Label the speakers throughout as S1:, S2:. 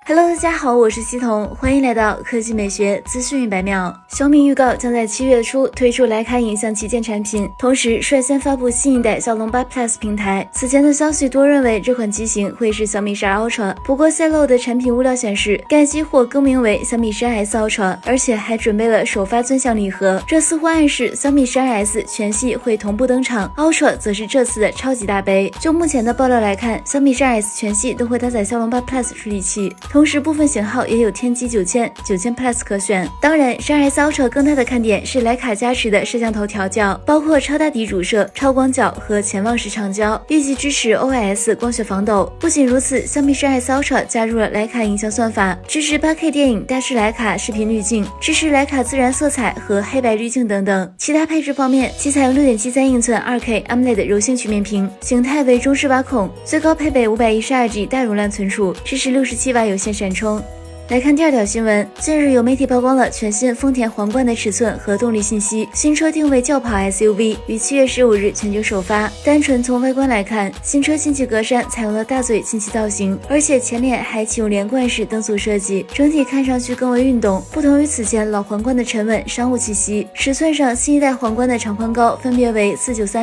S1: Hello， 大家好，我是西彤，欢迎来到科技美学资讯100秒。小米预告将在7月初推出徕卡影像旗舰产品，同时率先发布新一代骁龙8 Plus 平台。此前的消息多认为这款机型会是小米12 Ultra， 不过泄露的产品物料显示，该机或更名为小米12S Ultra， 而且还准备了首发尊享礼盒。这似乎暗示小米12S 全系会同步登场 ，Ultra 则是这次的超级大杯。就目前的爆料来看，小米12S 全系都会搭载骁龙8 Plus 处理器。同时，部分型号也有天玑9000、9000 Plus 可选。当然，12S Ultra 更大的看点是徕卡加持的摄像头调教，包括超大底主摄、超广角和潜望式长焦，预计支持 OIS 光学防抖。不仅如此，小米12S Ultra 加入了徕卡影像算法，支持 8K 电影大师徕卡视频滤镜，支持徕卡自然色彩和黑白滤镜等等。其他配置方面，其采用 6.73英寸 2K AMOLED 柔性曲面屏，形态为中式挖孔，最高配备 512G 大容量存储，支持67瓦有线闪充。来看第二条新闻，近日有媒体曝光了全新丰田皇冠的尺寸和动力信息。新车定位轿跑 SUV， 于7月15日全球首发。单纯从外观来看，新车进气格栅采用了大嘴进气造型，而且前脸还启用连贯式灯组设计，整体看上去更为运动，不同于此前老皇冠的沉稳商务气息。尺寸上，新一代皇冠的长宽高分别为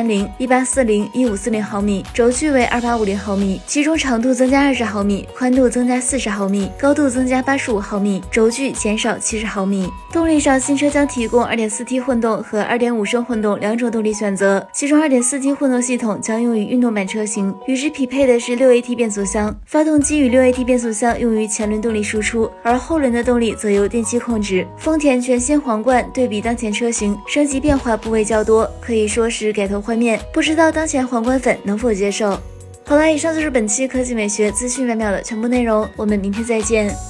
S1: 4930、1840、1540毫米，轴距为2850毫米，其中长度增加20毫米，宽度增加40毫米，高度增加85毫米，轴距减少70毫米。动力上，新车将提供 2.4T 混动和 2.5升混动两种动力选择，其中 2.4T 混动系统将用于运动版车型，与之匹配的是 6AT 变速箱。发动机与 6AT 变速箱用于前轮动力输出，而后轮的动力则由电机控制。丰田全新皇冠对比当前车型，升级变化部位较多，可以说是改头换面，不知道当前皇冠粉能否接受。好了，以上就是本期科技美学资讯100秒的全部内容，我们明天再见。